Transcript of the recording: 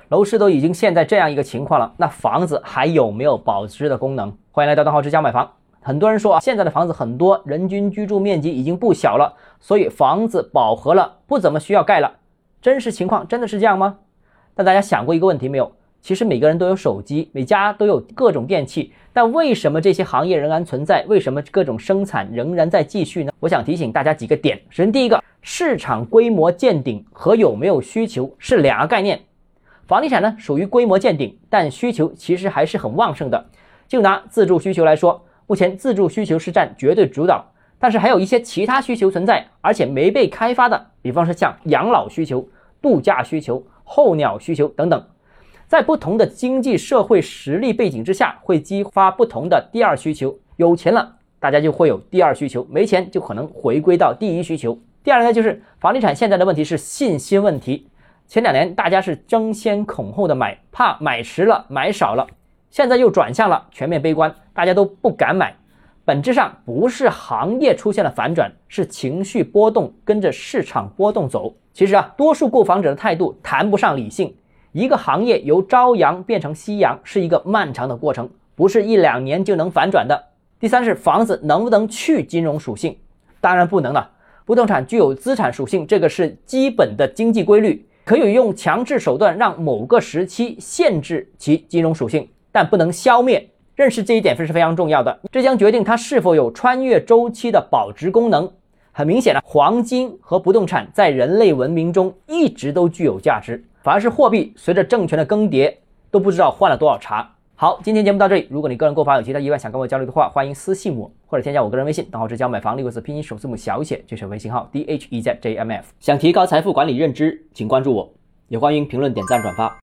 楼市都已经陷在这样一个情况了，那房子还有没有保值的功能？欢迎来到邓浩之家买房。很多人说现在的房子很多，人均居住面积已经不小了，所以房子饱和了，不怎么需要盖了。真实情况真的是这样吗？但大家想过一个问题没有？其实每个人都有手机，每家都有各种电器，但为什么这些行业仍然存在？为什么各种生产仍然在继续呢？我想提醒大家几个点。首先第一个，市场规模见顶和有没有需求是两个概念。房地产呢属于规模见顶，但需求其实还是很旺盛的。就拿自住需求来说，目前自住需求是占绝对主导，但是还有一些其他需求存在，而且没被开发的，比方说像养老需求、度假需求、候鸟需求等等。在不同的经济社会实力背景之下，会激发不同的第二需求。有钱了，大家就会有第二需求；没钱就可能回归到第一需求。第二个呢，就是房地产现在的问题是信心问题。前2年大家是争先恐后的买，怕买迟了买少了，现在又转向了全面悲观，大家都不敢买。本质上不是行业出现了反转，是情绪波动跟着市场波动走。其实多数购房者的态度谈不上理性。一个行业由朝阳变成夕阳是一个漫长的过程，不是1-2年就能反转的。第三是房子能不能去金融属性？当然不能了。不动产具有资产属性，这个是基本的经济规律，可以用强制手段让某个时期限制其金融属性，但不能消灭。认识这一点是非常重要的，这将决定它是否有穿越周期的保值功能。很明显黄金和不动产在人类文明中一直都具有价值，反而是货币随着政权的更迭都不知道换了多少茬。好，今天节目到这里。如果你个人购房有其他疑问想跟我交流的话，欢迎私信我或者添加我个人微信，邓浩之教买房6个字拼音首字母小写，这是微信号 DHEZJMF。想提高财富管理认知，请关注我，也欢迎评论、点赞、转发。